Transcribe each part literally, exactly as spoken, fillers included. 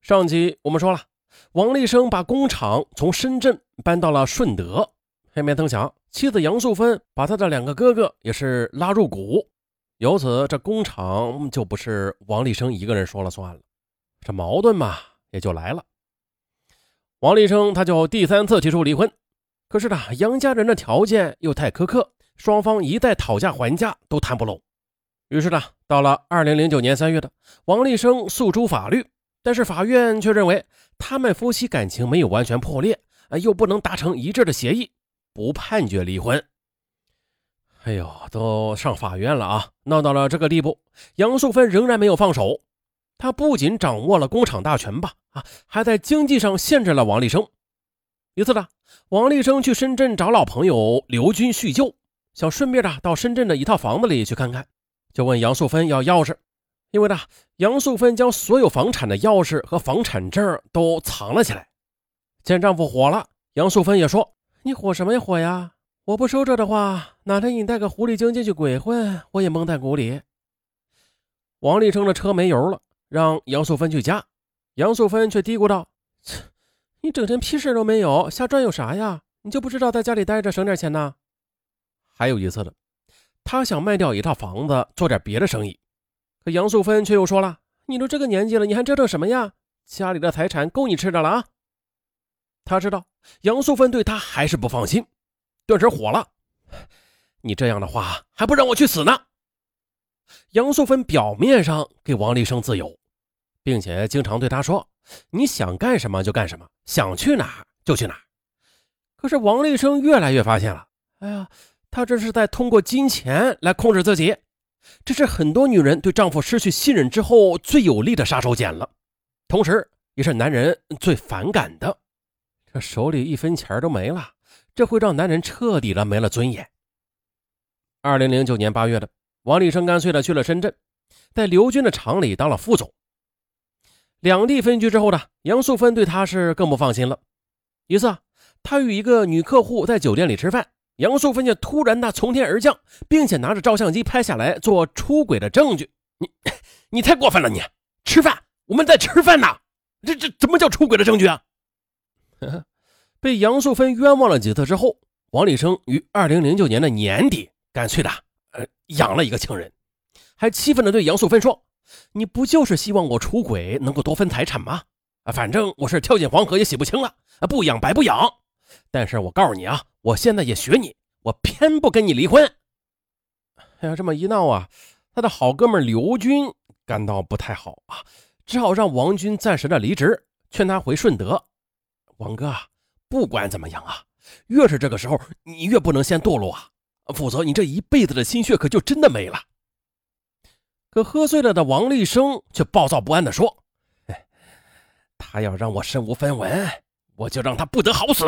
上集我们说了，王立生把工厂从深圳搬到了顺德，还没曾想妻子杨素芬把他的两个哥哥也是拉入股，由此这工厂就不是王立生一个人说了算了，这矛盾嘛也就来了。王立生他就第三次提出离婚，可是呢杨家人的条件又太苛刻，双方一再讨价还价都谈不拢。于是呢到了二零零九年三月的，王立生诉诸法律，但是法院却认为他们夫妻感情没有完全破裂，又不能达成一致的协议，不判决离婚。哎呦，都上法院了啊，闹到了这个地步，杨素芬仍然没有放手。她不仅掌握了工厂大权吧，啊，还在经济上限制了王立生。一次呢，王立生去深圳找老朋友刘军叙旧，想顺便的到深圳的一套房子里去看看，就问杨素芬要钥匙。因为呢，杨素芬将所有房产的钥匙和房产证都藏了起来。见丈夫火了，杨素芬也说：“你火什么呀火呀？我不收着的话，哪天你带个狐狸精进去鬼混，我也蒙在鼓里。”王立生的车没油了，让杨素芬去加。杨素芬却嘀咕道：“你整天屁事都没有，瞎转悠啥呀？你就不知道在家里待着省点钱呢？”还有一次的，他想卖掉一套房子，做点别的生意。可杨素芬却又说了：“你都这个年纪了，你还折腾什么呀？家里的财产够你吃的了啊！”他知道杨素芬对他还是不放心，顿时火了：“你这样的话还不让我去死呢！”杨素芬表面上给王立生自由，并且经常对他说：“你想干什么就干什么，想去哪就去哪。”可是王立生越来越发现了，哎呀，他这是在通过金钱来控制自己。这是很多女人对丈夫失去信任之后最有力的杀手锏了，同时也是男人最反感的。这手里一分钱都没了，这会让男人彻底的没了尊严。二零零九年八月的，王立生干脆的去了深圳，在刘军的厂里当了副总。两地分居之后的杨素芬对他是更不放心了。一次啊，他与一个女客户在酒店里吃饭，杨素芬就突然的从天而降，并且拿着照相机拍下来做出轨的证据。你你太过分了，你吃饭，我们在吃饭呢，这这怎么叫出轨的证据啊？被杨素芬冤枉了几次之后，王立生于二零零九年的年底干脆的呃养了一个情人，还气愤的对杨素芬说：“你不就是希望我出轨能够多分财产吗？啊，反正我是跳进黄河也洗不清了，不养白不养。但是我告诉你啊，我现在也学你，我偏不跟你离婚。”哎呀，这么一闹啊，他的好哥们刘军感到不太好啊，只好让王军暂时的离职，劝他回顺德。王哥，不管怎么样啊，越是这个时候你越不能先堕落啊，否则你这一辈子的心血可就真的没了。可喝醉了的王立生却暴躁不安地说：“他要让我身无分文，我就让他不得好死。”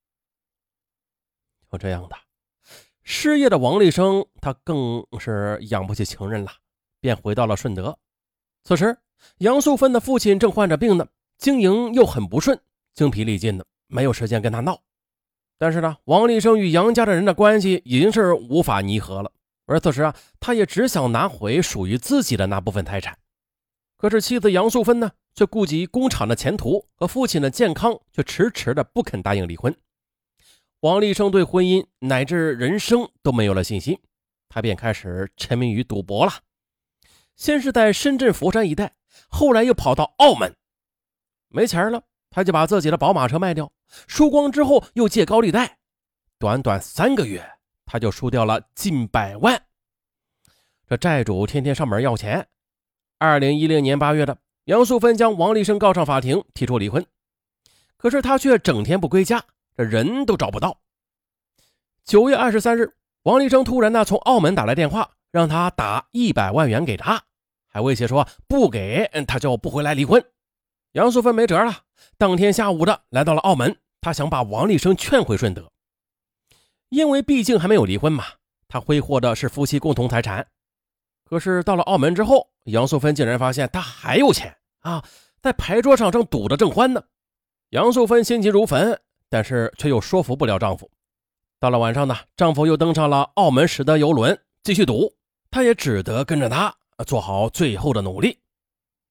就这样的，失业的王立生他更是养不起情人了，便回到了顺德。此时杨素芬的父亲正患着病呢，经营又很不顺，精疲力尽的，没有时间跟他闹。但是呢，王立生与杨家的人的关系已经是无法弥合了，而此时啊，他也只想拿回属于自己的那部分财产。可是妻子杨素芬呢，却顾及工厂的前途和父亲的健康，却迟迟的不肯答应离婚。王立生对婚姻乃至人生都没有了信心，他便开始沉迷于赌博了。先是在深圳佛山一带，后来又跑到澳门。没钱了，他就把自己的宝马车卖掉，输光之后又借高利贷，短短三个月他就输掉了近百万。这债主天天上门要钱。二零一零年八月的，杨素芬将王立生告上法庭，提出离婚。可是他却整天不归家，这人都找不到。九月二十三日，王立生突然呢从澳门打来电话，让他打一百万元给他，还威胁说不给他就不回来离婚。杨素芬没辙了，当天下午的来到了澳门，他想把王立生劝回顺德。因为毕竟还没有离婚嘛，他挥霍的是夫妻共同财产。可是到了澳门之后，杨素芬竟然发现他还有钱啊，在牌桌上正赌得正欢呢。杨素芬心急如焚，但是却又说服不了丈夫。到了晚上呢，丈夫又登上了澳门实德游轮继续赌，她也只得跟着他做好最后的努力。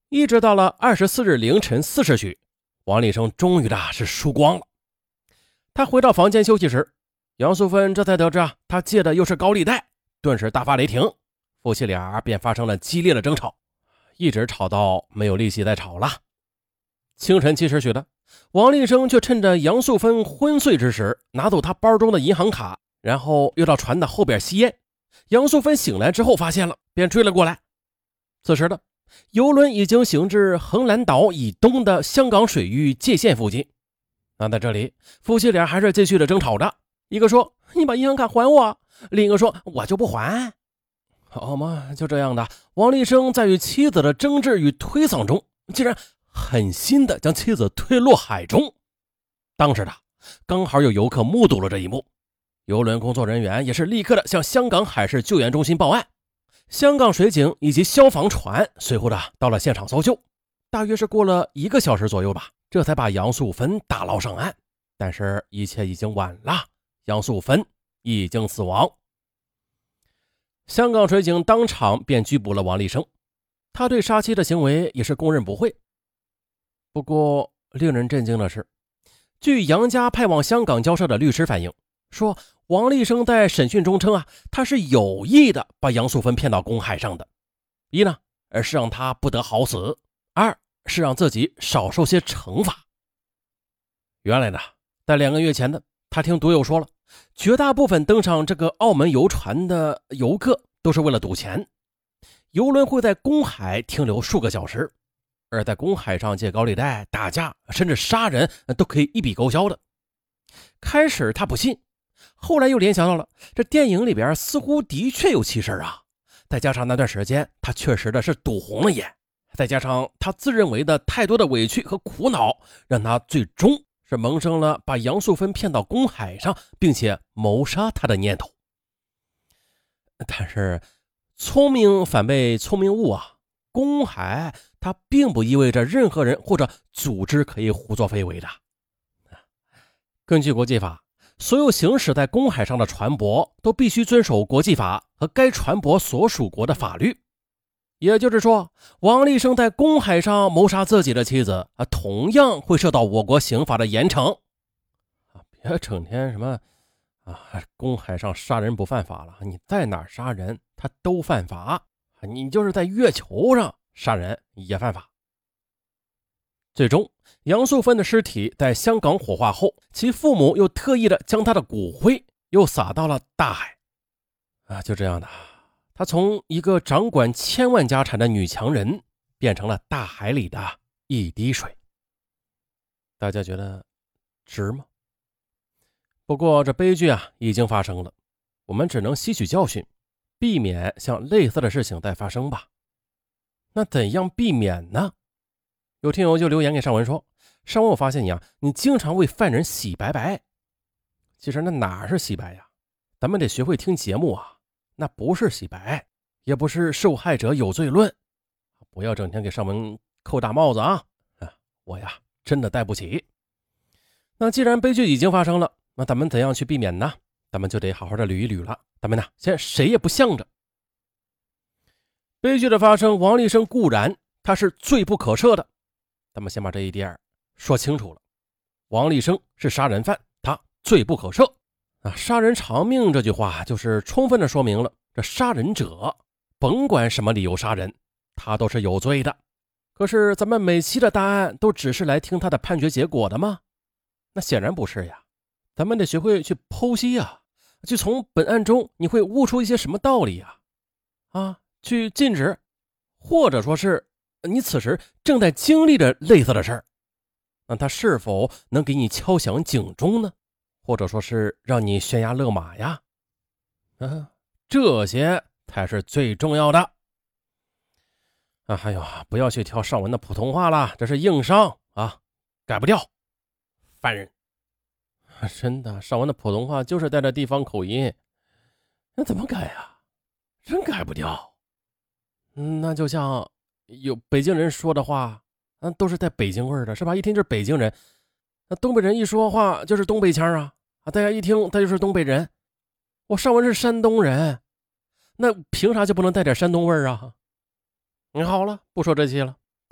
一直到了二十四日凌晨四时许，王立生终于的是输光了。他回到房间休息时，杨素芬这才得知啊，他借的又是高利贷，顿时大发雷霆，夫妻俩便发生了激烈的争吵，一直吵到没有力气再吵了。清晨七时许的，王立生却趁着杨素芬昏睡之时，拿走他包中的银行卡，然后又到船的后边吸烟。杨素芬醒来之后发现了，便追了过来。此时的游轮已经行至横兰岛以东的香港水域界限附近。那在这里，夫妻俩还是继续的争吵着，一个说你把银行卡还我，另一个说我就不还。好嘛，就这样的，王立生在与妻子的争执与推搡中，竟然狠心的将妻子推落海中。当时的刚好有游客目睹了这一幕，游轮工作人员也是立刻的向香港海事救援中心报案，香港水警以及消防船随后的到了现场搜救，大约是过了一个小时左右吧，这才把杨素芬打捞上岸。但是一切已经晚了，杨素芬已经死亡。香港水警当场便拘捕了王立生，他对杀妻的行为也是供认不讳。不过令人震惊的是，据杨家派往香港交涉的律师反映说，王立生在审讯中称啊，他是有意的把杨素芬骗到公海上的。一呢，是让他不得好死；二是让自己少受些惩罚。原来呢，在两个月前的，他听赌友说了，绝大部分登上这个澳门游船的游客都是为了赌钱。游轮会在公海停留数个小时，而在公海上借高利贷、打架甚至杀人都可以一笔勾销的。开始他不信，后来又联想到了这电影里边似乎的确有其事啊，再加上那段时间他确实的是赌红了眼，再加上他自认为的太多的委屈和苦恼，让他最终是萌生了把杨素芬骗到公海上并且谋杀他的念头。但是聪明反被聪明误啊，公海它并不意味着任何人或者组织可以胡作非为的。根据国际法，所有行驶在公海上的船舶都必须遵守国际法和该船舶所属国的法律。也就是说，王立生在公海上谋杀自己的妻子啊，同样会受到我国刑法的严惩。别整天什么啊，公海上杀人不犯法了，你在哪儿杀人他都犯法，你就是在月球上杀人也犯法。最终，杨素芬的尸体在香港火化后，其父母又特意的将她的骨灰又撒到了大海。啊，就这样的，她从一个掌管千万家产的女强人，变成了大海里的一滴水。大家觉得值吗？不过这悲剧啊已经发生了，我们只能吸取教训，避免像类似的事情再发生吧。那怎样避免呢？有听友就留言给尚文说，尚文我发现你啊，你经常为犯人洗白白。其实那哪是洗白呀，咱们得学会听节目啊，那不是洗白，也不是受害者有罪论。不要整天给尚文扣大帽子啊，啊我呀真的带不起。那既然悲剧已经发生了，那咱们怎样去避免呢？咱们就得好好的捋一捋了。咱们呢先谁也不向着。悲剧的发生，王立生固然他是罪不可赦的，咱们先把这一点说清楚了。王立生是杀人犯，他罪不可赦啊！杀人偿命这句话就是充分的说明了，这杀人者甭管什么理由杀人，他都是有罪的。可是咱们每期的答案都只是来听他的判决结果的吗？那显然不是呀。咱们得学会去剖析啊，去从本案中你会悟出一些什么道理啊啊，去禁止，或者说是你此时正在经历着类似的事儿，那他是否能给你敲响警钟呢？或者说是让你悬崖勒马呀？啊，这些才是最重要的啊！还有啊，不要去挑上文的普通话啦，这是硬伤啊，改不掉，烦人。真的，上文的普通话就是带着地方口音，那怎么改啊？真改不掉。那就像有北京人说的话，那都是带北京味儿的，是吧？一听就是北京人。那东北人一说话就是东北腔啊，啊，大家一听他就是东北人。我上文是山东人，那凭啥就不能带点山东味儿啊？你好了，不说这些了，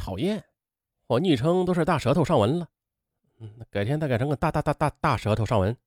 讨厌，我昵称都是大舌头上文了。嗯，改天再改成个大大大大大舌头上文。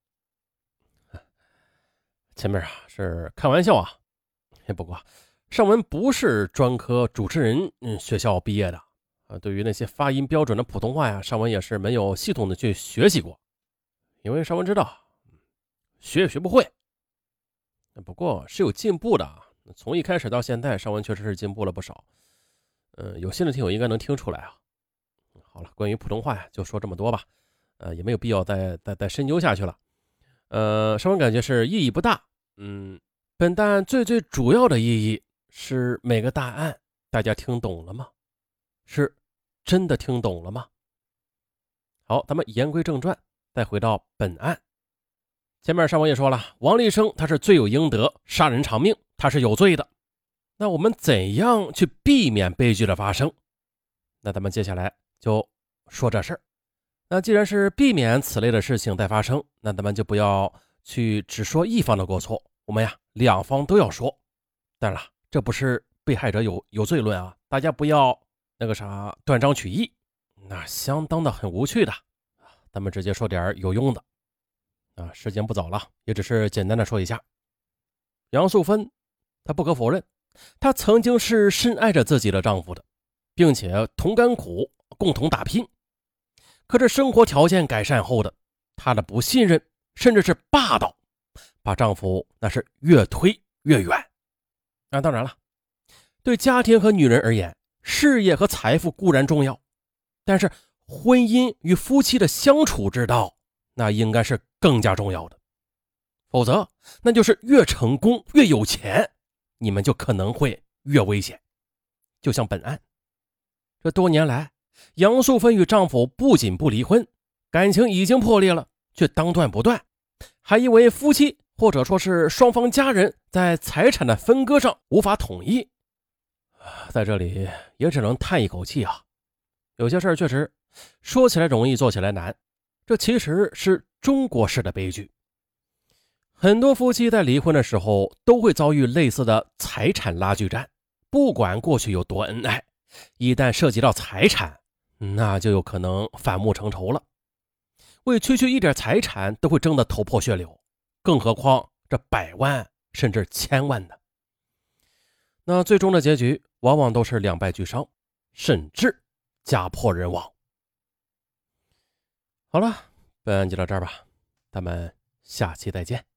前面啊是开玩笑啊，不过上文不是专科主持人嗯学校毕业的啊，对于那些发音标准的普通话呀，上文也是没有系统的去学习过，因为上文知道学也学不会。不过是有进步的啊，从一开始到现在，上文确实是进步了不少。嗯，有心的听友应该能听出来啊。好了，关于普通话呀，就说这么多吧。呃，也没有必要再再再深究下去了。呃，上文感觉是意义不大。嗯，本档案最最主要的意义是每个答案大家听懂了吗？是真的听懂了吗？好，咱们言归正传，再回到本案。前面上文也说了，王立生他是罪有应得，杀人偿命，他是有罪的。那我们怎样去避免悲剧的发生？那咱们接下来就说这事儿。那既然是避免此类的事情再发生，那咱们就不要去只说一方的过错，我们呀两方都要说。当然了，这不是被害者有有罪论啊，大家不要那个啥断章取义，那相当的很无趣的。咱们直接说点有用的。啊，时间不早了，也只是简单的说一下。杨素芬，她不可否认，她曾经是深爱着自己的丈夫的，并且同甘苦，共同打拼。可是生活条件改善后的她的不信任，甚至是霸道，把丈夫那是越推越远。啊，当然了，对家庭和女人而言，事业和财富固然重要，但是婚姻与夫妻的相处之道，那应该是更加重要的。否则那就是越成功越有钱，你们就可能会越危险。就像本案，这多年来杨素芬与丈夫不仅不离婚，感情已经破裂了，却当断不断，还因为夫妻或者说是双方家人在财产的分割上无法统一。在这里也只能叹一口气啊，有些事儿确实说起来容易做起来难，这其实是中国式的悲剧。很多夫妻在离婚的时候都会遭遇类似的财产拉锯战，不管过去有多恩爱，一旦涉及到财产，那就有可能反目成仇了，为区区一点财产都会争得头破血流，更何况这百万甚至千万的。那最终的结局往往都是两败俱伤，甚至家破人亡。好了，本案就到这儿吧，咱们下期再见。